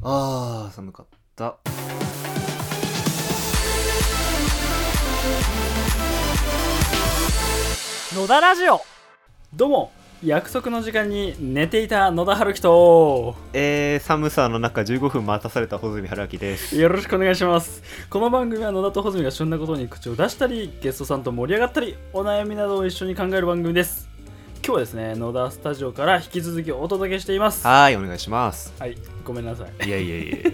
寒かった。 野田ラジオ。どうも、約束の時間に寝ていた野田春樹と寒さの中15分待たされた穂積春明です。 よろしくお願いします。この番組は野田と穂積が旬なことに口を出したり、ゲストさんと盛り上がったり、お悩みなどを一緒に考える番組です。今日はですね、野田スタジオから引き続きお届けしています。 はい、お願いします。 はい、ごめんなさい。 いや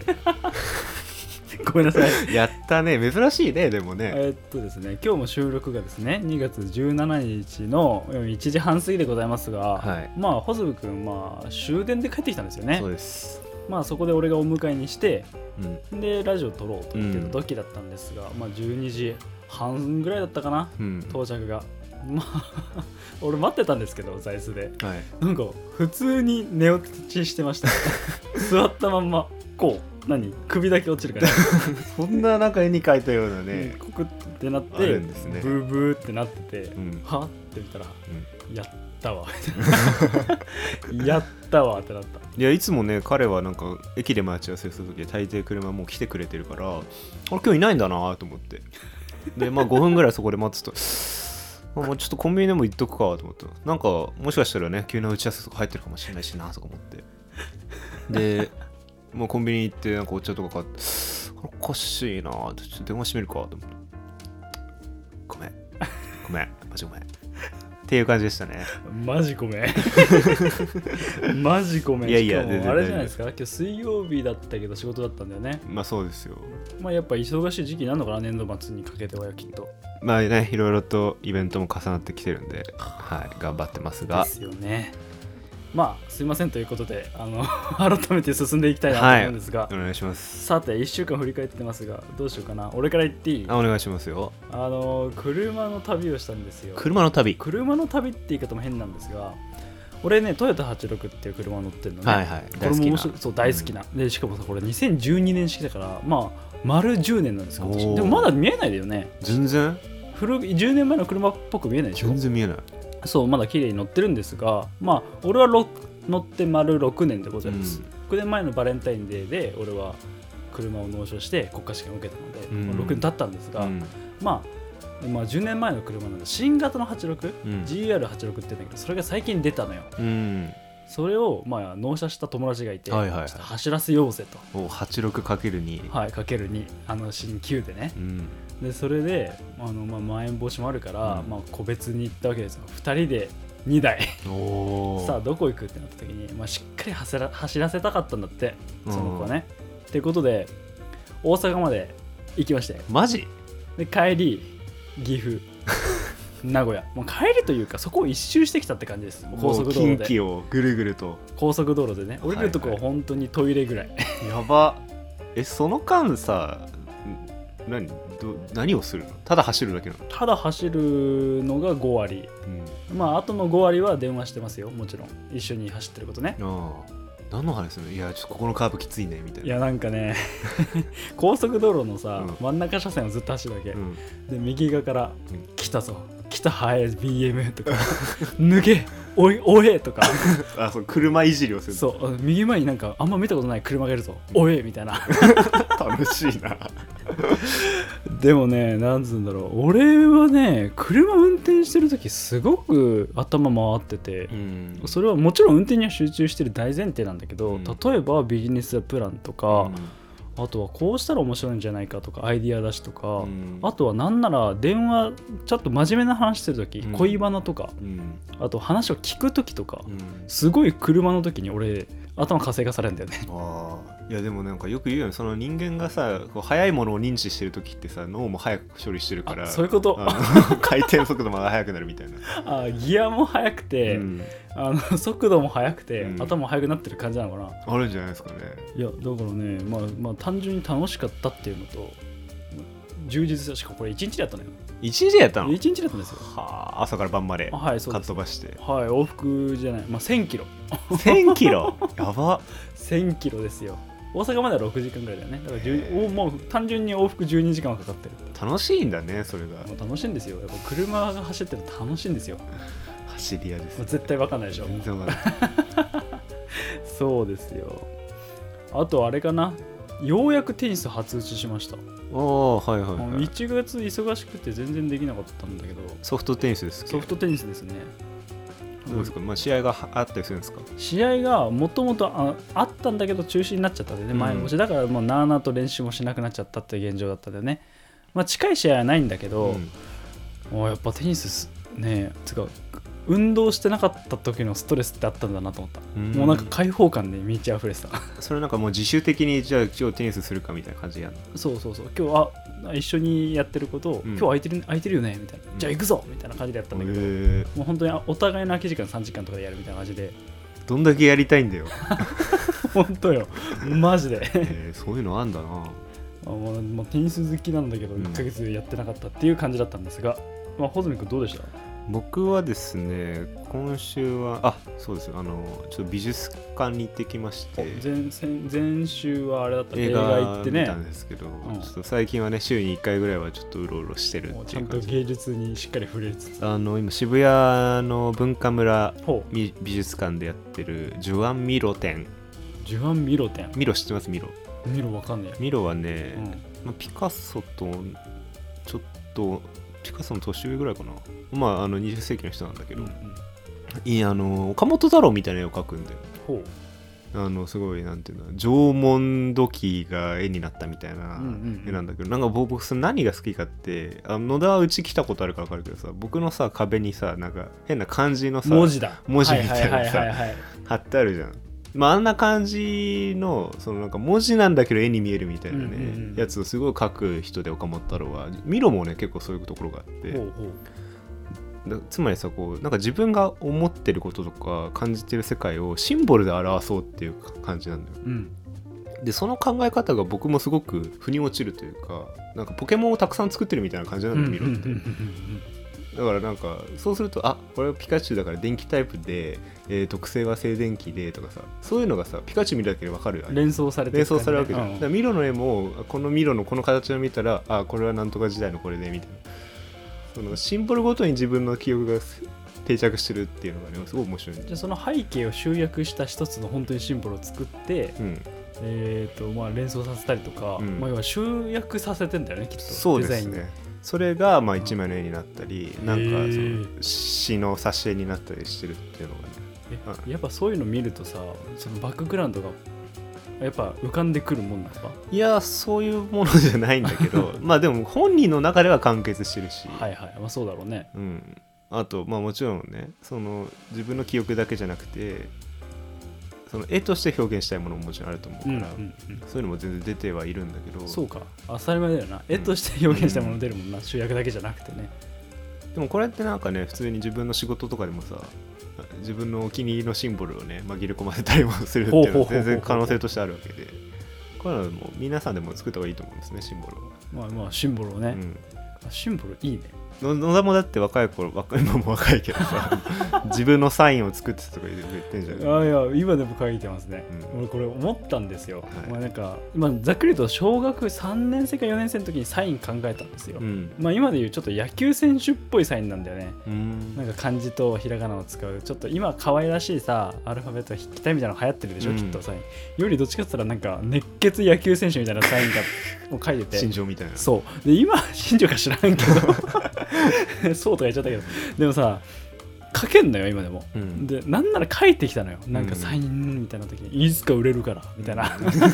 ごめんなさい。 やったね、珍しいね。でもね、 ですね、今日も収録がですね2月17日の1時半過ぎでございますが、 はい、 まあ穂積君、終電で帰ってきたんですよね。 そうです。 そこで俺がお迎えにして、 うん、 でラジオ撮ろうと言ってた時だったんですが、12時半ぐらいだったかな、到着が。俺待ってたんですけど、座椅子で、 はい、 なんか普通に寝落ちしてました。座ったまんまこう首だけ落ちるからそんな絵に描いたようなね、 コクってなってあるんですね。 ブーブーってなってて、はって見たら、やったわやったわってなった。 いや、いつもね、彼は駅で待ち合わせするとき大抵車もう来てくれてるから、あれ今日いないんだなと思って、で5分ぐらいそこで待つともうちょっとコンビニでも行っとくかと思って、もしかしたらね、急な打ち合わせとか入ってるかもしれないしなとか思って、でもうコンビニ行ってお茶とか買って、おかしいな、ちょっと電話してみるかと思って、ごめんマジごめんっていう感じでしたね。 マジごめんマジごめん。 いやしかもあれじゃないですか、今日水曜日だったけど仕事だったんだよね。 そうですよ。 やっぱ忙しい時期なのかな、年度末にかけてはきっと。 ね、いろいろとイベントも重なってきてるんで、はい、頑張ってますが。 ですよね。すいませんということで、改めて進んでいきたいなと思うんですが、 はい、お願いします。 さて1週間振り返ってますが、どうしようかな。俺から言っていい？ お願いしますよ。 車の旅をしたんですよ。 車の旅って言い方も変なんですが、俺ね、トヨタ86っていう車を乗ってるのね。 はいはい、 これも面白い。そう、大好きな、でしかもさ、これ2012年式だから丸10年なんですよ。でもまだ見えないだよね。 全然 10年前の車っぽく見えないでしょ。 全然見えない。 そう、まだ綺麗に乗ってるんですが、俺は乗って丸6年でございます。6年前のバレンタインデーで俺は車を納車して国家試験を受けたので、6年経ったんですが、10年前の車なんで、新型の86、GR86 って言うんだけど、それが最近出たのよ。それを納車した友達がいて、ちょっと走らせようぜと。 86×2、 はい、×2、新旧でね。でそれでまん延防止もあるから、個別に行ったわけですよ。2人で2台さあどこ行くってなった時に、しっかり走らせたかったんだって、その子はね。っていうことで大阪まで行きまして。 マジで帰り岐阜名古屋、もう帰りというかそこを一周してきたって感じです。高速道路で近畿をぐるぐると高速道路でね、降りるとこは本当にトイレぐらい、 やば。その間さ、何をするの？ただ走るだけなの？ ただ走るのが5割、あとの5割は電話してますよ、もちろん。一緒に走ってることね。 何の話するの？いや、ちょっとここのカーブきついねみたいな。 いやね高速道路のさ、真ん中車線をずっと走るだけ、で右側から、来たぞ来たはや BM とか抜けおえとかそう車いじりをする。 そう右前にあんま見たことない車がいるぞ、おえみたいな楽しいなでもね、なんつうんだろう、俺はね、車運転してる時すごく頭回ってて、それはもちろん運転には集中してる大前提なんだけど、例えばビジネスプランとか、あとはこうしたら面白いんじゃないかとか、アイディア出しとか、あとはなんなら電話ちょっと真面目な話してる時、恋バナとか、あと話を聞く時とか、すごい車の時に俺頭活性化されるんだよね。 いやでもよく言うよね、その人間がさ、速いものを認知してる時ってさ、脳も速く処理してるから、 そういうこと回転速度も速くなるみたいなギアも速くて、速度も速くて、頭も速くなってる感じなのかな。 あるんじゃないですかね。いやだからね、単純に楽しかったっていうのと、充実した。しかもこれ1日でやったのよ。 1日でやったの？ 1日でやったんですよ。 朝から晩まで、 はい、そうかっ飛ばして、 往復じゃない、1000キロ 1000キロやば。 1000キロですよ。大阪までは6時間ぐらいだよね。だからもう単純に往復12時間はかかってる。 楽しいんだね、それが。 楽しいんですよ。やっぱ車が走ってると楽しいんですよ。 走り屋です、 絶対わかんないでしょ。 全然わかんないそうですよ。 あとあれかな、ようやくテニス初打ちしました。 ああ、はいはい、はい、 1月忙しくて全然できなかったんだけど。 ソフトテニスですか？ ソフトテニスですね。 どうですか、まあ、試合があったりするんですか？ 試合がもともとあったんだけど中止になっちゃったんでね、前越しだからもうなあなあと練習もしなくなっちゃったっていう現状だったんだよね。まあ近い試合はないんだけど、やっぱテニスね、つか運動してなかった時のストレスってあったんだなと思った。もうなんか開放感で満ち溢れてた。 それなんかもう自主的にじゃあ今日テニスするかみたいな感じでやるの？ そうそうそう、今日一緒にやってることを、今日空いてるよねみたいな、じゃあ行くぞみたいな感じでやったんだけど、もう本当にお互いの空き時間3時間とかでやるみたいな感じで。 どんだけやりたいんだよ。 本当よ、マジで。 そういうのあんだな。 もうテニス好きなんだけど1ヶ月やってなかったっていう感じだったんですが、穂積君どうでした？ 僕はですね、今週はそうです、ちょっと美術館に行ってきまして、 前週はあれだった、 映画行ってね、 見たんですけど、ちょっと最近はね、週に1回ぐらいはちょっとうろうろしてるっていう感じ。 ちゃんと芸術にしっかり触れつつ、 今渋谷の文化村美術館でやってるジュアン・ミロ展。 ジュアン・ミロ展。 ミロ知ってます？ミロわかんない。 ミロはね、ピカソとちょっとピカソの年上ぐらいかな。20世紀の人なんだけど、岡本太郎みたいな絵を描くんだよ。すごいなんていうの、縄文土器が絵になったみたいな絵なんだけど、なんか僕その何が好きかって、野田はうち来たことあるから分かるけどさ、僕のさ壁にさ、なんか変な漢字のさ文字みたいなさ貼ってあるじゃん。あんな感じの、なんか文字なんだけど絵に見えるみたいなね、やつをすごい描く人で、岡本太郎は。ミロもね結構そういうところがあって、つまりさ、なんか自分が思ってることとか感じてる世界をシンボルで表そうっていう感じなんだよ。でその考え方が僕もすごく腑に落ちるというか、なんかポケモンをたくさん作ってるみたいな感じなんだよ、ミロって。だからなんかそうすると、これはピカチュウだから電気タイプで、特性は静電気でとかさ、そういうのがさピカチュウ見るだけで分かるよ。 連想されるわけじゃん。だからミロの絵もこのミロのこの形を見たら、これはなんとか時代のこれでみたいな、そのシンボルごとに自分の記憶が定着してるっていうのがね、すごい面白い。 じゃあその背景を集約した一つの本当にシンボルを作って、連想させたりとか、要は集約させてんだよね、きっと。 そうですね。それが一枚の絵になったり、なんかその詩の挿絵になったりしてるっていうのがね。 やっぱそういうの見るとさ、そのバックグラウンドがやっぱ浮かんでくるもんなのか？ いや、そういうものじゃないんだけどでも本人の中では完結してるし、 そうだろうね。 あともちろんね、その自分の記憶だけじゃなくて、その絵として表現したいものももちろんあると思うから、そういうのも全然出てはいるんだけど。 そうか、当たり前だよな。絵として表現したいもの出るもんな、主役だけじゃなくてね。 でもこれってなんかね、普通に自分の仕事とかでもさ、自分のお気に入りのシンボルをね紛れ込ませたりもするっていうのは全然可能性としてあるわけで、こういうのも皆さんでも作った方がいいと思うんですね、シンボルは。シンボルをね、シンボルいいね。 野田もだって若い頃、今も若いけどさ自分のサインを作ってたとか言ってんじゃん。 いや、今でも書いてますね。俺これ思ったんですよ。なんかざっくりと小学3年生か4年生の時にサイン考えたんですよ。今でいうちょっと野球選手っぽいサインなんだよね。なんか漢字とひらがなを使う、ちょっと今可愛らしいさアルファベット筆記体みたいなの流行ってるでしょ、きっとサインよりどっちかって言ったらなんか熱血野球選手みたいなサインがもう書いてて、 新庄みたいな。 そうで、今新庄か知らんけどそうとか言っちゃったけど、でもさ書けんのよ今でも、でなんなら書いてきたのよ、なんかサインみたいな時に、いつか売れるからみたいな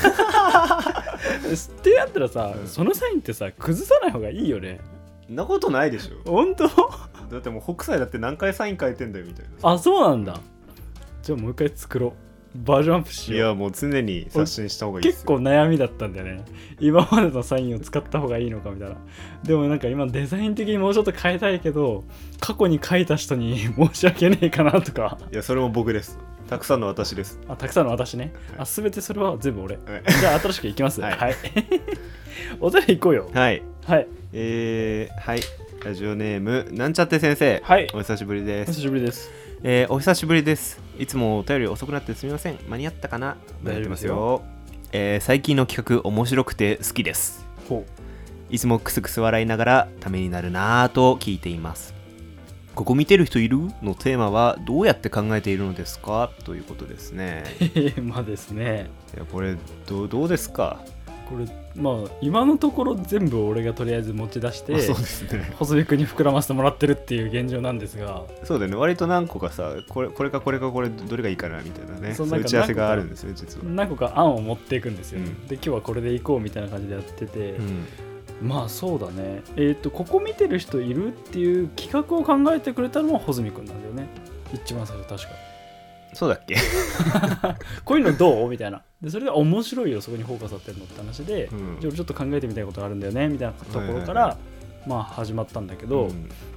ってやったらさ、そのサインってさ崩さない方がいいよね。 そんなことないでしょ。 本当？ だってもう北斎だって何回サイン書いてんだよみたいな。 そうなんだ。じゃあもう一回作ろう、バージョンアップしよう。 いや、もう常に刷新した方がいいですよ。 結構悩みだったんだよね、今までのサインを使った方がいいのかみたいな。でもなんか今デザイン的にもうちょっと変えたいけど、過去に書いた人に申し訳ねえかなとか。 いや、それも僕です。たくさんの私です。 たくさんの私ね。全てそれは全部俺。じゃあ新しくいきます。はい。お便り行こうよ。 はい。はい。ラジオネームなんちゃって先生。はい。お久しぶりです。 お久しぶりです。 お久しぶりです。いつもお便り遅くなってすみません。間に合ったかな？間に合ってますよ。最近の企画面白くて好きです。いつもクスクス笑いながらためになるなぁと聞いています。 ここ見てる人いるのテーマはどうやって考えているのですかということですね。 まあですね。 いやこれどうですか。 これまあ今のところ全部俺がとりあえず持ち出して、 そうですね、 細見君に膨らませてもらってるっていう現状なんですが。そうだよね、割と何個かさ、これどれがいいかなみたいなね、そういう打ち合わせがあるんですよ実は。 何個か案を持っていくんですよ、で今日はこれでいこうみたいな感じでやってて、まあそうだね、ここ見てる人いるっていう企画を考えてくれたのは穂積君なんだよね、一番最初確か。 そうだっけこういうのどうみたいな。でそれで面白いよ、そこにフォーカス当てるのって話で、じゃあちょっと考えてみたいことがあるんだよねみたいなところから、まあ始まったんだけど、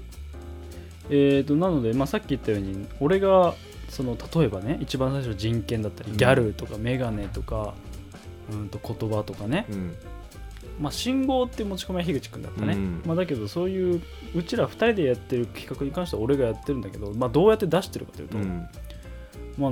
なので、まあ、さっき言ったように俺がその例えばね、一番最初人権だったり、ギャルとかメガネとか、言葉とかね、まあ、信号って持ち込みは樋口くんだったね、まあ、だけどそういううちら2人でやってる企画に関しては俺がやってるんだけど、まあ、どうやって出してるかというと、まあ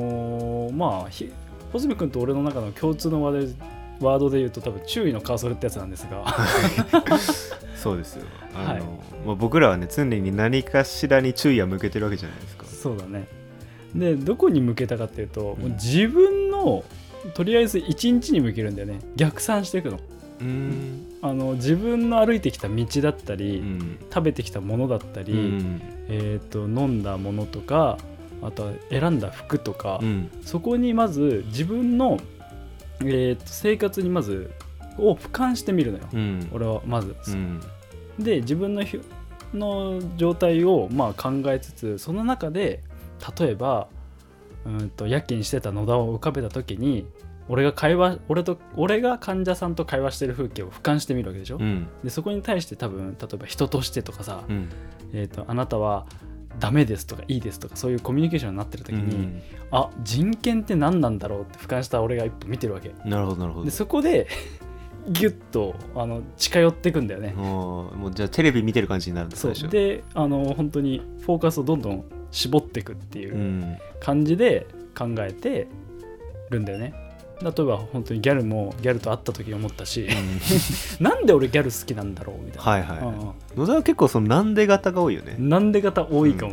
穂積君と俺の中の共通のワードで言うと多分注意のカーソルってやつなんですがそうですよ、まあ、僕らはね常に何かしらに注意は向けてるわけじゃないですか。 そうだね。でどこに向けたかっていうと、自分のとりあえず1日に向けるんだよね。逆算していくの。自分の歩いてきた道だったり、食べてきたものだったり、飲んだものとか、あとは選んだ服とか、そこにまず自分の、生活にまずを俯瞰してみるのよ、俺はまず、で自分の状態をまあ考えつつ、その中で例えば夜勤してた野田を浮かべた時に俺が患者さんと会話してる風景を俯瞰してみるわけでしょ、でそこに対して例えば人としてとかさ、あなたはダメですとかいいですとか、そういうコミュニケーションになってる時に、あ、人権って何なんだろうって俯瞰した俺が一歩見てるわけ。 なるほどなるほど。 でそこでギュッと近寄っていくんだよね。 もうじゃあテレビ見てる感じになるんですか。 そうで本当にフォーカスをどんどん絞っていくっていう感じで考えてるんだよね。例えば本当にギャルと会った時に思ったし、なんで俺ギャル好きなんだろうみたいな。 野田は結構そのなんで型が多いよね。 なんで型多いかも。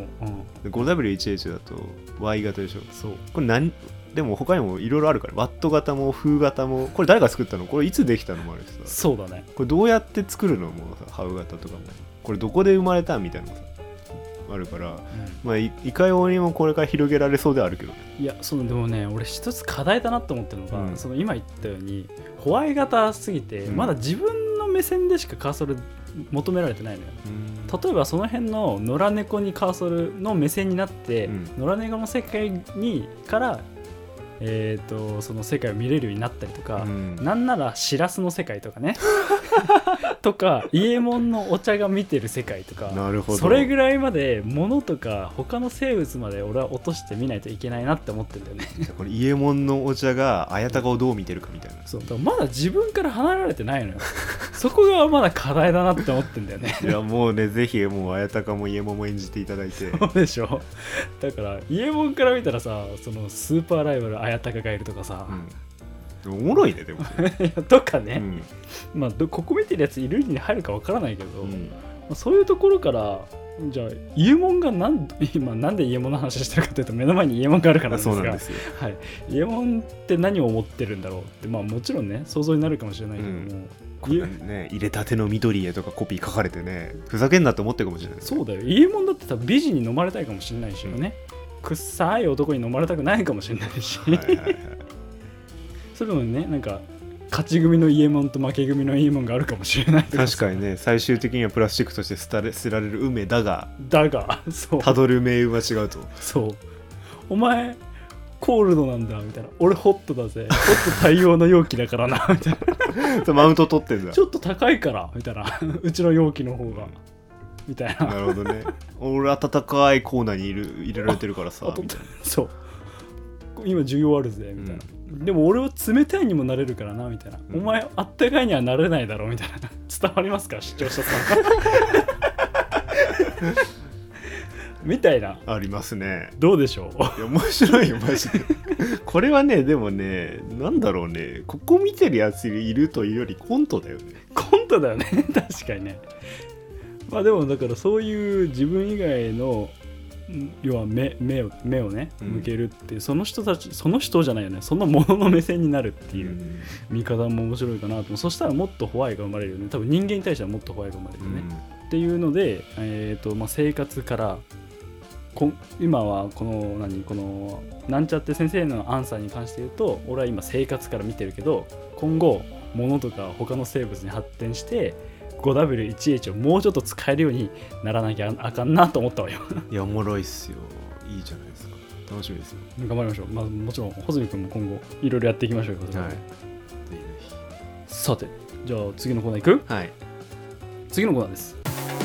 5W1H だと Y 型でしょ。そう。これでも他にもいろいろあるから、ワット型も風型も、これ誰が作ったの、これいつできたのもあるしさ。 そうだね。 これどうやって作るのもさ、ハウ型とかもこれどこで生まれたみたいなのがあるから、まあいかようにもこれから広げられそうではあるけどね。 いやでもね、俺一つ課題だなと思ってるのが、その今言ったようにホワイ型すぎて、まだ自分の目線でしかカーソル求められてないのよ。例えばその辺の野良猫にカーソルの目線になって、野良猫の世界からその世界を見れるようになったりとか、なんならシラスの世界とかねとか伊右衛門のお茶が見てる世界とか、 なるほど、 それぐらいまで物とか他の生物まで俺は落としてみないといけないなって思ってるんだよね。 これ伊右衛門のお茶が綾鷹をどう見てるかみたいな。 そうだからまだ自分から離れられてないのよ。そこがまだ課題だなって思ってるんだよね。 いやもうね、ぜひもう綾鷹も伊右衛門も演じていただいて。 そうでしょ。だから伊右衛門から見たらさ、そのスーパーライバル綾鷹がいるとかさ、 おもろいねでもとかね、まあここ見てるやついるに入るかわからないけど、まあ、そういうところからじゃあ伊右衛門が今なんで伊右衛門の話してるかというと、目の前に伊右衛門があるからなんですが、 そうなんですよ、 はい、伊右衛門って何を思ってるんだろうって、まあもちろんね想像になるかもしれないけども、 これね、入れたての緑へとかコピー書かれてね、ふざけんなって思ってるかもしれない。 そうだよ、伊右衛門だって多分美人に飲まれたいかもしれないしね、くっさい男に飲まれたくないかもしれないし、それもね、なんか勝ち組の伊右衛門と負け組の伊右衛門があるかもしれない。 確かにね、最終的にはプラスチックとして捨てられる梅だがそうたどる命運は違うと。 そう、お前コールドなんだみたいな、俺ホットだぜ、ホット対応の容器だからなみたいなマウント取ってんだ、 ちょっと高いからみたいなうちの容器の方がみたいな。 なるほどね。俺温かいコーナーに入れられてるからさみたいな。 そう今需要あるぜみたいな、でも俺は冷たいにもなれるからなみたいな、お前あったかいにはなれないだろみたいな。伝わりますか視聴者さんみたいな。 ありますね。 どうでしょう。 いや面白いよマジで。これはね、でもね、なんだろうね、ここ見てるやついるというよりコントだよね。 コントだよね確かにね。 まあでもだからそういう自分以外の要は目をね向けるっていう、その人じゃないよね、そのものの目線になるっていう見方も面白いかなと。そしたらもっとホワイが生まれるよね。多分人間に対してはもっとホワイが生まれるよね、っていうので、生活から今はこのなんちゃって先生のアンサーに関して言うと、俺は今生活から見てるけど、今後物とか他の生物に発展して 5W1H をもうちょっと使えるようにならなきゃあかんなと思ったわよ。 いやおもろいっすよ。いいじゃないですか。楽しみですよ。 頑張りましょう。もちろん穂積君も今後いろいろやっていきましょうよ。 はい。 さて、じゃあ次のコーナーいく？ はい。 次のコーナーです。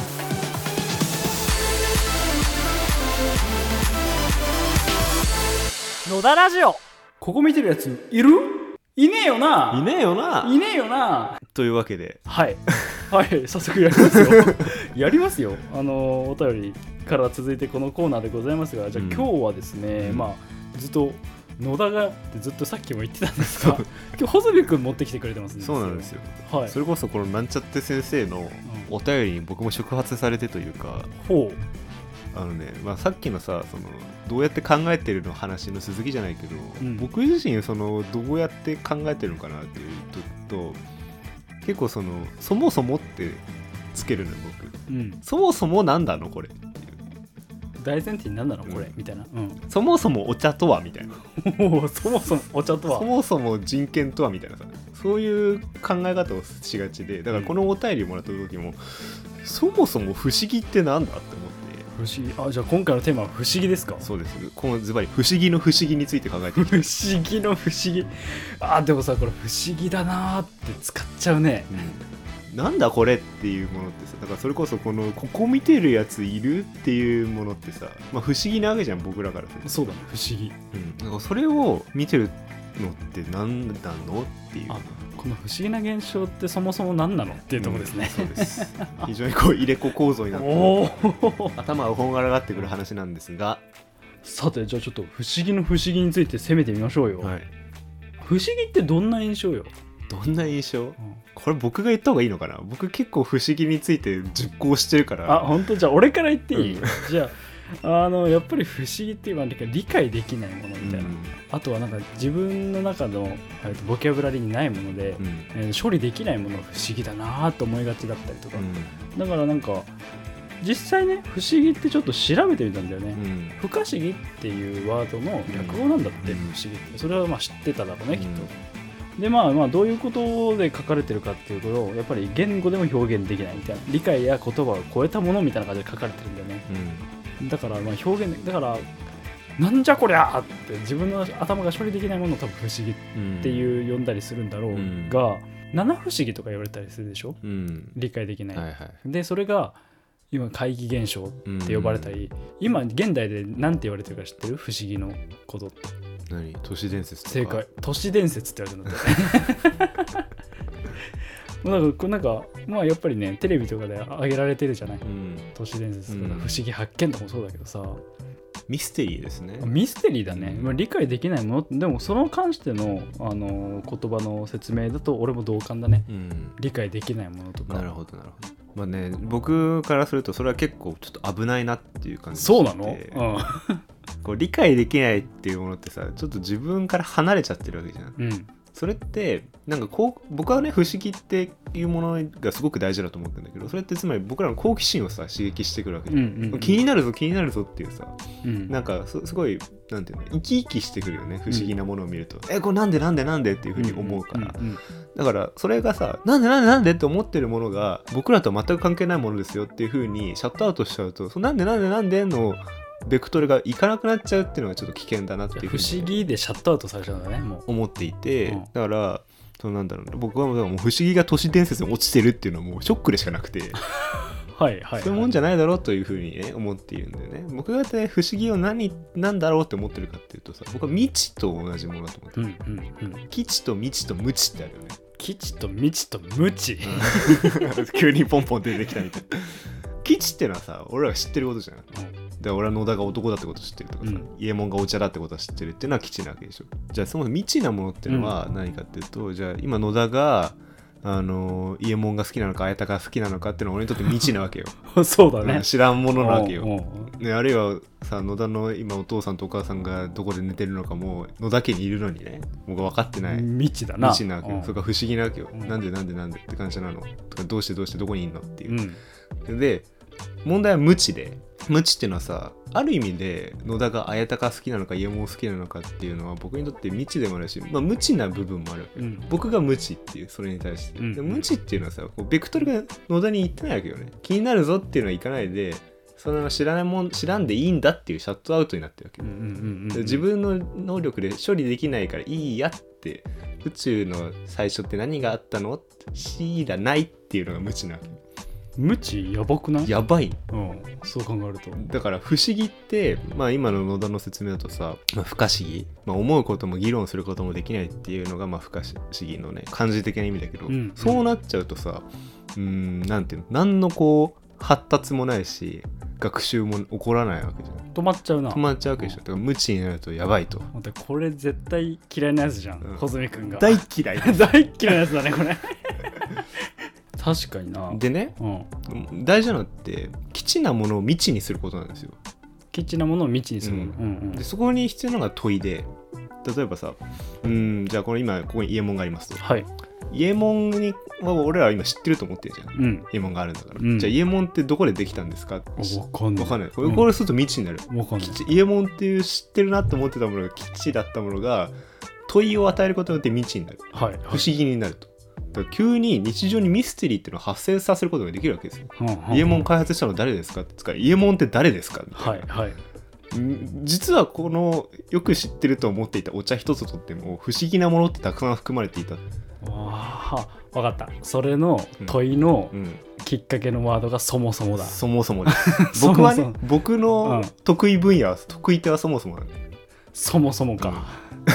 野田ラジオ。ここ見てるやついる？いねえよな。 いねえよな。 いねえよな。 というわけで、 はいはい早速やりますよ。やりますよ。お便りから続いてこのコーナーでございますが、じゃあ今日はですね、まあずっと野田がってずっとさっきも言ってたんですが、今日穂積君持ってきてくれてますね。 そうなんですよ。 はい。 それこそこのなんちゃって先生のお便りに僕も触発されてというか、さっきのさ、どうやって考えてるの話の続きじゃないけど、僕自身どうやって考えてるのかなっていうと、結構そもそもってつけるのよ僕、そもそもなんだのこれっていう大前提になんだのこれ、みたいな、 そもそもお茶とはみたいなそもそもお茶とは、 そもそも人権とはみたいなさ、そういう考え方をしがちで、だからこのお便りをもらった時も、そもそも不思議ってなんだって思って。 不思議。じゃあ今回のテーマは不思議ですか？ そうです。このズバリ不思議の不思議について考えていきたい。 不思議の不思議。でもさ、これ不思議だなーって使っちゃうね、 なんだこれっていうものってさ、だからそれこそここ見てるやついるっていうものってさ、不思議なわけじゃん僕らからすると。 そうだね、不思議。 だからそれを見てるのって何なのっていう。 この不思議な現象ってそもそも何なのっていうところですね、 そうです。非常に入れ子構造になって頭がこんがらがってくる話なんですが、 さてじゃあちょっと不思議の不思議について攻めてみましょうよ、 はい、 不思議ってどんな印象よ？ どんな印象、これ僕が言った方がいいのかな。僕結構不思議について実行してるから。 本当？じゃあ俺から言っていい？じゃあやっぱり不思議っていうのは理解できないものみたいな、あとはなんか自分の中のボキャブラリーにないもので、処理できないものが不思議だなと思いがちだったりとか、だからなんか実際ね、不思議ってちょっと調べてみたんだよね、不可思議っていうワードの略語なんだって、不思議って。それは知ってただろうね、きっと。でどういうことで書かれてるかっていうと、やっぱり言語でも表現できないみたいな、理解や言葉を超えたものみたいな感じで書かれてるんだよね、だから表現だからなんじゃこりゃって自分の頭が処理できないものを多分不思議っていう呼んだりするんだろうが、七不思議とか言われたりするでしょ、理解できない、でそれが今怪奇現象って呼ばれたり、今現代で何て言われてるか知ってる？不思議のこと。 何？都市伝説とか。 正解、都市伝説って言われてるんだってなんかやっぱりね、テレビとかで上げられてるじゃない、都市伝説とか、不思議発見とかもそうだけどさ、 ミステリーですね。 ミステリーだね、理解できないもの。でもその関しての、言葉の説明だと俺も同感だね、理解できないものとか。 なるほどなるほど。僕からするとそれは結構ちょっと危ないなっていう感じで。 そうなの？ 理解できないっていうものってさ、ちょっと自分から離れちゃってるわけじゃん、それってなんか僕はね、不思議っていうものがすごく大事だと思ってるんだけど、それってつまり僕らの好奇心をさ刺激してくるわけじゃん、気になるぞ気になるぞっていうさ、なんかすごいなんていうの、生き生きしてくるよね、不思議なものを見ると、これなんでっていうふうに思うから、だからそれがさ、なんでって思ってるものが僕らとは全く関係ないものですよっていうふうにシャットアウトしちゃうと、なんでのベクトルがいかなくなっちゃうっていうのがちょっと危険だなっていうふうに不思議でシャットアウトされちゃうんだね、もう思っていて、だからなんだろうね、僕はもう不思議が都市伝説に落ちてるっていうのはもうショックでしかなくてそういうもんじゃないだろうというふうにね思っているんでね。僕が不思議をなんだろうって思ってるかっていうとさ、僕は未知と同じものだと思ってる、基地と未知と無知ってあるよね。 基地と未知と無知急にポンポン出てきたみたいな。基地ってのはさ、俺らが知ってることじゃん、で俺は野田が男だってこと知ってるとかさ、伊右衛門がお茶だってことは知ってるっていうのは基地なわけでしょ。じゃあその未知なものっていうのは何かっていうと、じゃあ今野田が家門が好きなのか綾鷹が好きなのかっていうのは俺にとって未知なわけよそうだね、 知らんものなわけよ、 ね、 あるいはさ野田の今お父さんとお母さんがどこで寝てるのかも野田家にいるのにね僕は分かってない未知だな、 未知なわけよ、それが不思議なわけよ、なんでって感じなのとかどうしてどこにいんのっていう、で問題は無知で、無知っていうのはさある意味で野田が綾鷹好きなのか家門好きなのかっていうのは僕にとって未知でもあるし、無知な部分もあるわけよ、僕が無知っていうそれに対して、で無知っていうのはさこうベクトルが野田に行ってないわけよね。気になるぞっていうのはいかないでその知らんでいいんだっていうシャットアウトになってるわけよ、自分の能力で処理できないからいいやって、宇宙の最初って何があったの知らないっていうのが無知なわけ。 無知やばくない？ やばい、 そう考えるとだから不思議って、今の野田の説明だとさ、不可思議、思うことも議論することもできないっていうのが不可思議のね漢字的な意味だけど、そうなっちゃうとさなんていうの、何のこう発達もないし学習も起こらないわけじゃん。 止まっちゃうな。 止まっちゃうわけでしょ。だから無知になるとやばいと。 待って、これ絶対嫌いなやつじゃん、穂積君が。 大嫌い大嫌いなやつだねこれ確かにな。 でね、大事なのって基地なものを未知にすることなんですよ。 基地なものを未知にする、 でそこに必要なのが問いで、例えばさ、じゃあ今ここに家門がありますと、 はい、 家門には俺らは今知ってると思ってるじゃん、家門があるんだから、じゃあ家門ってどこでできたんですかって分かんない。 これすると未知になる。家門っていう知ってるなって思ってたものが基地だったものが問いを与えることによって未知になる、不思議になると。だから急に日常にミステリーっていうのを発生させることができるわけですよ、家門開発したの誰ですかって使う、家門って誰ですかみたいな、実はこのよく知ってると思っていたお茶一つとっても不思議なものってたくさん含まれていた。 分かった。それの問いのきっかけのワードがそもそもだ。 そもそもです僕はね僕の得意分野は得意手はそもそもなんで。 そもそもか、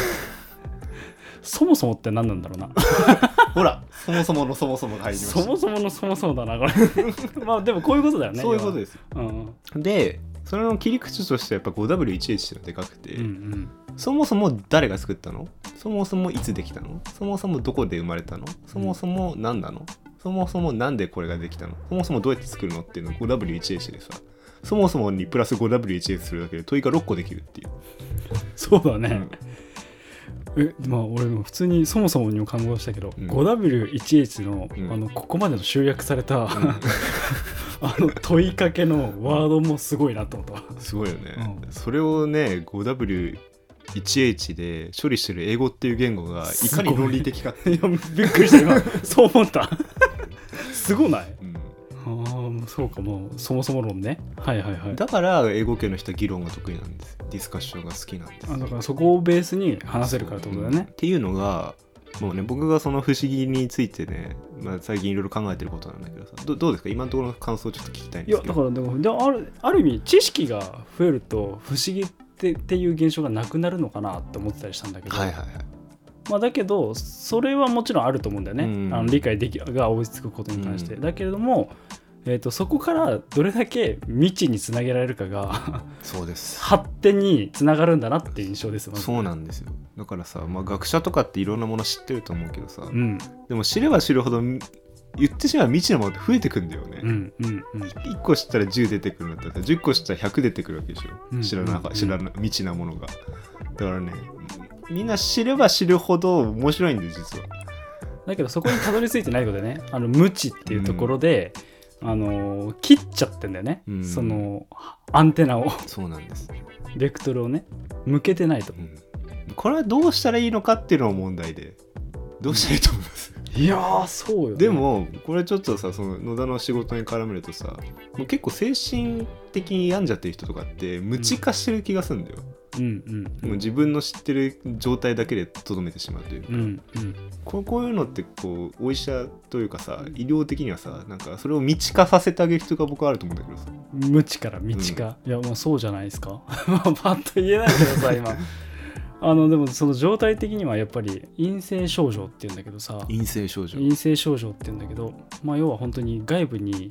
そもそもって何なんだろうなほらそもそものそもそもが入りました。 そもそものそもそもだなこれでもこういうことだよね。 そういうことですよ、でそれの切り口としてやっぱ 5W1H ってでかくて、そもそも誰が作ったの、そもそもいつできたの、そもそもどこで生まれたの、そもそも何なの、そもそもなんでこれができたの、そもそもどうやって作るのっていうの 5W1H でさ、そもそもにプラス 5W1H するだけで問いが6個できるっていう。 そうだね、俺も普通にそもそもにも感動したけど、5W1H の、ここまでの集約された、問いかけのワードもすごいなと思った。 すごいよね、それをね 5W1H で処理してる英語っていう言語がいかに論理的かっていやびっくりした今そう思ったすごない、そうか、もうそもそも論ね。 だから英語圏の人は議論が得意なんです。ディスカッションが好きなんです。 だからそこをベースに話せるからってことだよね、 っていうのがもうね、僕がその不思議についてね、最近いろいろ考えてることなんだけどさ、どうですか今のところの感想をちょっと聞きたいんですけど。 いやだからある意味知識が増えると不思議っていう現象がなくなるのかなって思ってたりしたんだけど、だけどそれはもちろんあると思うんだよね、理解が追いつくことに関して、だけれどもそこからどれだけ未知につなげられるかがそうです発展につながるんだなっていう印象です。 そうなんですよ。だからさ、学者とかっていろんなもの知ってると思うけどさ、でも知れば知るほど言ってしまう未知なものって増えてくんだよね、1個知ったら10出てくるんだったら10個知ったら100出てくるわけでしょ、知らない未知なものが。だからね、みんな知れば知るほど面白いんだよ実は。 だけどそこにたどり着いてないことでね無知っていうところで、切っちゃってんだよね、そのアンテナを。そうなんです。ベクトルをね向けてないと、 これはどうしたらいいのかっていうのが問題で、どうしたらいいと思います？ いやーそうよね。 でもこれちょっとさ、その野田の仕事に絡めるとさ、もう結構精神的に病んじゃってる人とかって無知化してる気がするんだよ、もう自分の知ってる状態だけでとどめてしまうというか、こういうのってこうお医者というかさ、医療的にはさ、なんかそれを未知化させてあげる必要が僕はあると思うんだけどさ。 無知から未知化、いやもうそうじゃないですかパッと言えないけどさ今でもその状態的にはやっぱり陰性症状っていうんだけどさ、 陰性症状っていうんだけど、要は本当に外部に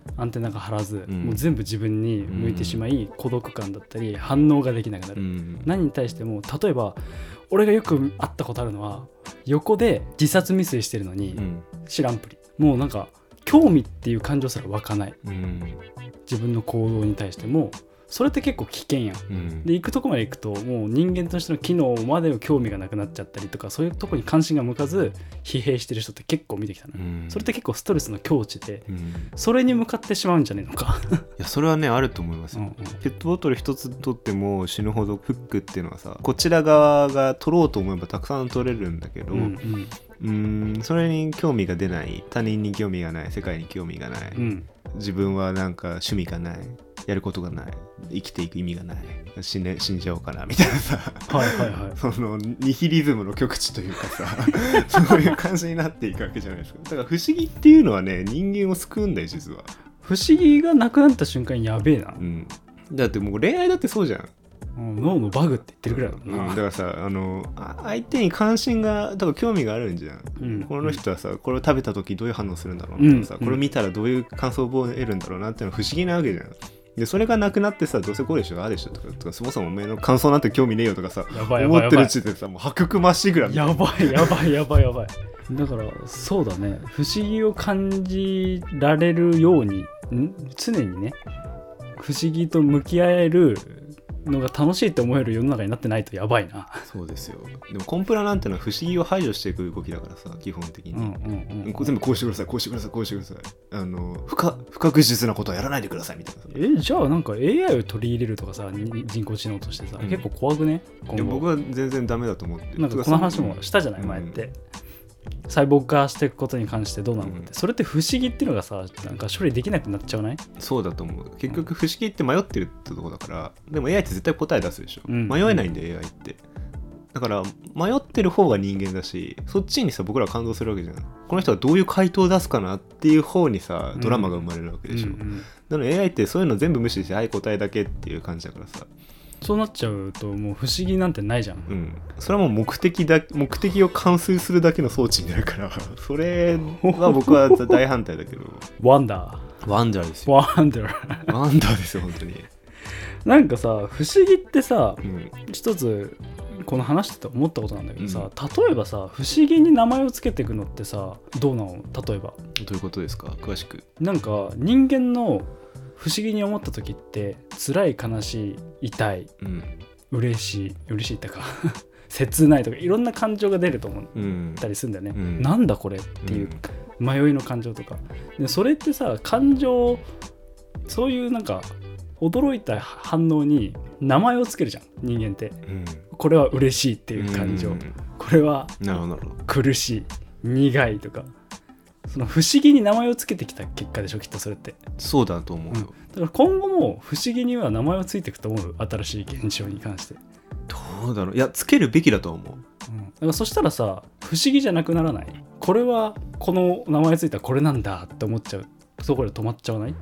アンテナが張らず、もう全部自分に向いてしまい、孤独感だったり反応ができなくなる、何に対しても。例えば俺がよく会ったことあるのは、横で自殺未遂してるのに、知らんぷり、もうなんか興味っていう感情すら湧かない、自分の行動に対しても。それって結構危険やん、で行くとこまで行くともう人間としての機能までの興味がなくなっちゃったりとか、そういうとこに関心が向かず疲弊してる人って結構見てきたの、それって結構ストレスの境地で、それに向かってしまうんじゃねえのかいやそれはねあると思いますよ、ペットボトル一つ取っても死ぬほどフックっていうのはさ、こちら側が取ろうと思えばたくさん取れるんだけど、それに興味が出ない、他人に興味がない、世界に興味がない、自分はなんか趣味がない、やることがない、生きていく意味がない、死んじゃおうかなみたいなさそのニヒリズムの極致というかさそういう感じになっていくわけじゃないですか。だから不思議っていうのはね、人間を救うんだよ実は。 不思議がなくなった瞬間やべえな、 だってもう恋愛だってそうじゃん。 脳のバグって言ってるぐらいだな、 だからさ相手に関心が多分興味があるんじゃん、この人はさこれを食べた時どういう反応するんだろうなとかさ、これを見たらどういう感想を得るんだろうなっていうのは不思議なわけじゃん。でそれがなくなってさ、どうせこうでしょああでしょとかそもそもお前の感想なんて興味ねえよとかさ思ってるうちでさ、もう破局まっしぐらみたいな。 やばいだからそうだね、不思議を感じられるように常にね、不思議と向き合えるのが楽しいと思える世の中になってないとやばいな。 そうですよ。でもコンプラなんてのは不思議を排除していく動きだからさ、基本的に、全部こうしてください、こうしてください、こうしてください、不確実なことはやらないでくださいみたいな。 じゃあなんか AI を取り入れるとかさ、人工知能としてさ、結構怖くね。 いや僕は全然ダメだと思って。 なんかこの話もしたじゃない前って、細胞化していくことに関してどうなのかって、それって不思議っていうのがさ、なんか処理できなくなっちゃわない？ そうだと思う。結局不思議って迷ってるってとこだから。でも AI って絶対答え出すでしょ、迷えないんだよ AI って。だから迷ってる方が人間だし、そっちにさ僕ら感動するわけじゃん。この人はどういう回答を出すかなっていう方にさドラマが生まれるわけでしょ、なので AI ってそういうの全部無視してはい答えだけっていう感じだからさ、 そうなっちゃうともう不思議なんてないじゃん、 それはもう目的を完遂するだけの装置になるからそれは僕は大反対だけどワンダーですよ。ワンダーですよ本当に。 なんかさ不思議ってさ、一つこの話してて思ったことなんだけどさ、例えばさ不思議に名前をつけていくのってさどうなの？例えばどういうことですか？詳しく。 なんか人間の不思議に思った時って辛い、悲しい、痛い、嬉しいってか切ないとかいろんな感情が出ると思ったりするんだよね、なんだこれっていう迷いの感情とかで、それってさ感情、そういうなんか驚いた反応に名前をつけるじゃん人間って、これは嬉しいっていう感情、これは苦しい、苦いとか、その不思議に名前をつけてきた結果でしょきっとそれって。 そうだと思うよ、 だから今後も不思議には名前をついていくと思う、新しい現象に関して。 どうだろう、いやつけるべきだと思う、 だからそしたらさ不思議じゃなくならない？これはこの名前ついたらこれなんだって思っちゃうそこで止まっちゃわない？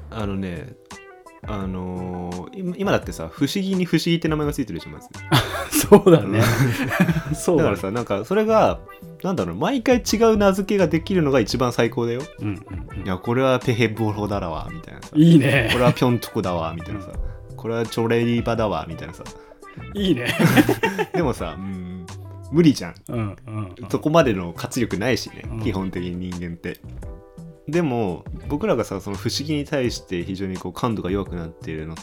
今だってさ不思議に不思議って名前がついてるでしょまずそうだねそうだからさ、なんかそれがなんだろう、毎回違う名付けができるのが一番最高だよ、いやこれはペヘボロだわみたいなさ、 いいね、 これはピョントコだわみたいなさ、これはチョレリバだわみたいなさ、 いいねでもさ、無理じゃん、そこまでの活力ないしね、基本的に人間って。でも僕らがさその不思議に対して非常にこう感度が弱くなっているのって、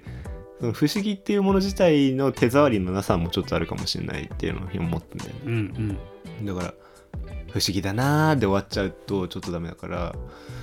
その不思議っていうもの自体の手触りのなさもちょっとあるかもしれないっていうのを思ってんだよね、だから不思議だなーで終わっちゃうとちょっとダメだから、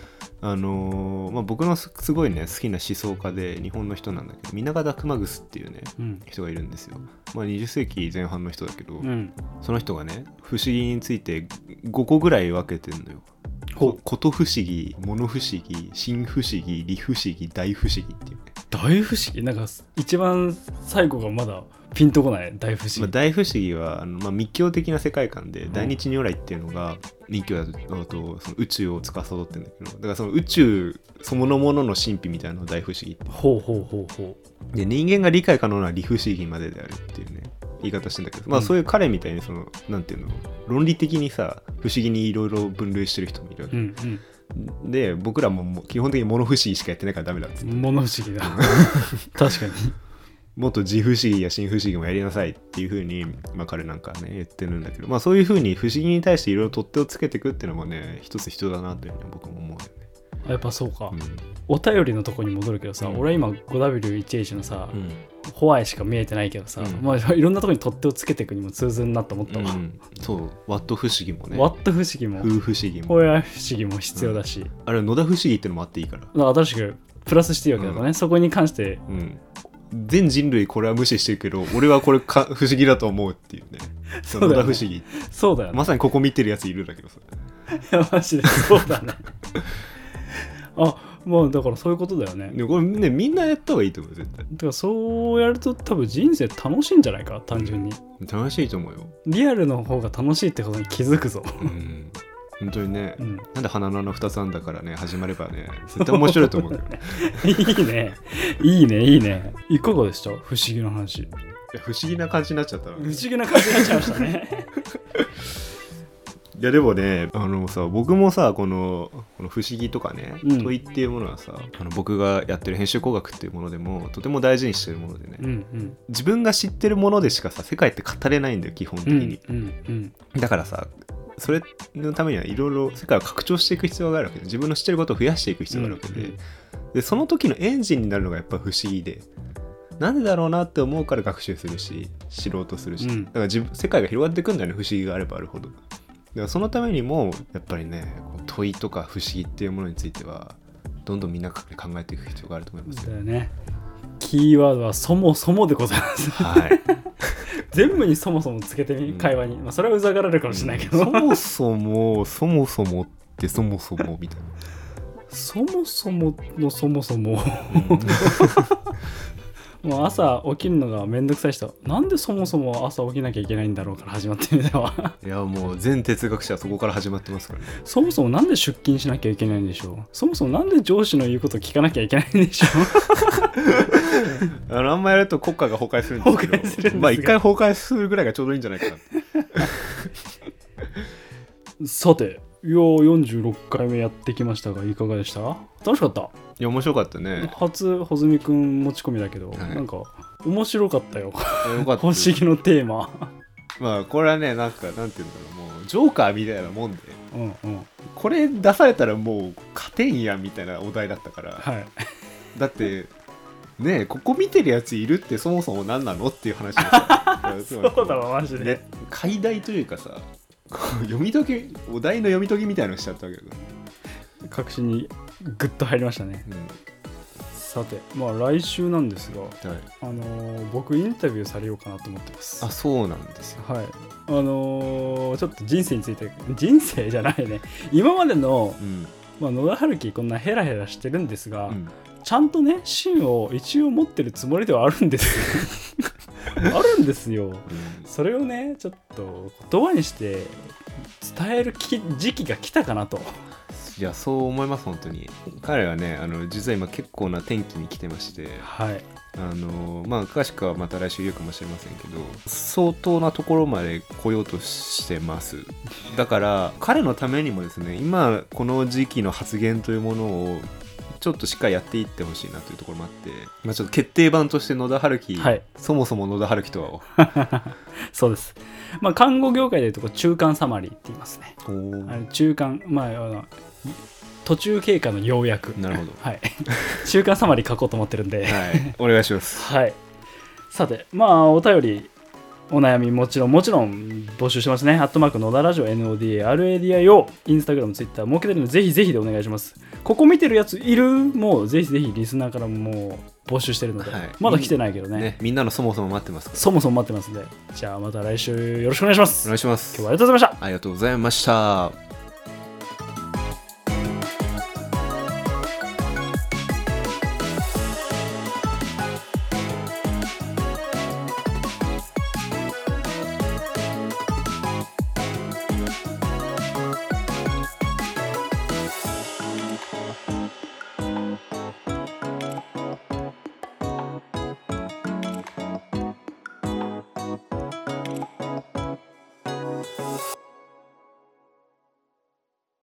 僕のすごいね好きな思想家で日本の人なんだけど、南方熊楠っていうね、人がいるんですよ。20世紀前半の人だけど、その人がね不思議について5個ぐらい分けてんのよ。こと不思議、物不思議、新不思議、理不思議、大不思議っていうね。 大不思議、なんか一番最後がまだピンとこない。大不思議、 大不思議は密教的な世界観で、大日如来っていうのが密教だとその宇宙を司ってるんだけど、だからその宇宙そのものの神秘みたいなのを大不思議って。で人間が理解可能な理不思議までであるっていうね言い方してんだけど、そういう彼みたいにそのなんていうの論理的にさ不思議にいろいろ分類してる人もいるわけ、 で僕らも基本的に物不思議しかやってないからダメだっつって、 物不思議だ確かにもっと自不思議や新不思議もやりなさいっていう風に、まあ、彼なんかね言ってるんだけど、まあ、そういう風に不思議に対していろいろ取っ手をつけていくっていうのもね一つ必要だなというふうに僕も思うよね。 やっぱそうか、お便りのとこに戻るけどさ、俺は今 5W1H のさ、ホワイしか見えてないけどさ、まあ、いろんなとこに取っ手をつけていくにも通ずるなと思ったわ、 そうワット不思議もね、 ワット不思議も風不思議もホワイ不思議も必要だし、あれ野田不思議ってのもあっていいから、 新しくプラスしていいわけだからね、そこに関して、 全人類これは無視してるけど俺はこれ不思議だと思うっていうねそうだよね、 野田不思議、 そうだよね、 まさにここ見てるやついるんだけどさいやマジでそうだねあ、まあだからそういうことだよね。 でこれねみんなやった方がいいと思う絶対。 だからそうやると多分人生楽しいんじゃないか、単純に。 楽しいと思うよ。 リアルの方が楽しいってことに気づくぞ。 本当にね、なんで花の穴2つあんだからね始まればね絶対面白いと思うけどねいいねいいねいいね。いかがでした不思議な話。いや不思議な感じになっちゃったな。 不思議な感じになっちゃいましたねいやでもねさ僕もさこの不思議とかね、問いっていうものはさ僕がやってる編集工学っていうものでもとても大事にしてるものでね、自分が知ってるものでしかさ世界って語れないんだよ基本的に、だからさそれのためにはいろいろ世界を拡張していく必要があるわけで、自分の知ってることを増やしていく必要があるわけで、でその時のエンジンになるのがやっぱ不思議で、なんでだろうなって思うから学習するし知ろうとするし、だから世界が広がっていくんだよね、不思議があればあるほど。だからそのためにもやっぱりね問いとか不思議っていうものについてはどんどんみんな考えていく必要があると思いますよ。 だよね。キーワードはそもそもでございます。 はい。 全部にそもそもつけてみ、会話に、まあ、それはうざがられるかもしれないけど、 そもそもってそもそもみたいな。 そもそものそもそも。もう朝起きるのがめんどくさい人、なんでそもそも朝起きなきゃいけないんだろうから始まってみたわ。 いやもう全哲学者はそこから始まってますからね。 そもそもなんで出勤しなきゃいけないんでしょう。そもそもなんで上司の言うこと聞かなきゃいけないんでしょう。 あんまやると国家が崩壊するんですけど、まあ一回崩壊するぐらいがちょうどいいんじゃないかな。 さて、46回目やってきましたがいかがでした？楽しかった？ いや面白かったね。 初穂積くん持ち込みだけど、なんか面白かったよ。 よかった。 不思議のテーマ。 まあこれはねなんていうんだろう、もうジョーカーみたいなもんで、これ出されたらもう勝てんやみたいなお題だったから、だってねここ見てるやついるってそもそも何なのっていう話だそうだわマジで。 解題というかさ、読み解き、お題の読み解きみたいなのしちゃったわけだ。 確信にグッと入りましたね。さて、まあ来週なんですが、僕インタビューされようかなと思ってます。 あ、そうなんですよ。 はい。ちょっと人生について、人生じゃないね。今までの、野田春樹こんなヘラヘラしてるんですが、ちゃんとね芯を一応持ってるつもりではあるんですよ。あるんですよ、それをねちょっと言葉にして伝える時期が来たかなと。 いやそう思います本当に。彼はね実は今結構な転機に来てまして、まあ詳しくはまた来週言うかもしれませんけど、相当なところまで来ようとしてます。だから彼のためにもですね、今この時期の発言というものをちょっとしっかりやっていってほしいなというところもあって、まあ、ちょっと決定版として野田春樹、そもそも野田春樹とはをそうです。まあ看護業界でいうと中間サマリーって言いますね。中間、まあ途中経過の要約。 なるほど。 中間サマリー書こうと思ってるんで、 お願いします。 さて、まあお便りお悩みもちろん募集してますね。@野田ラジオ NODARADI をインスタグラムツイッター設けてるのでぜひぜひでお願いします。ここ見てるやついる？もうぜひぜひリスナーからも募集してるので、まだ来てないけどね。 みんなのそもそも待ってますから。 そもそも待ってますんで、じゃあまた来週よろしくお願いします。 お願いします。 今日はありがとうございました。 ありがとうございました。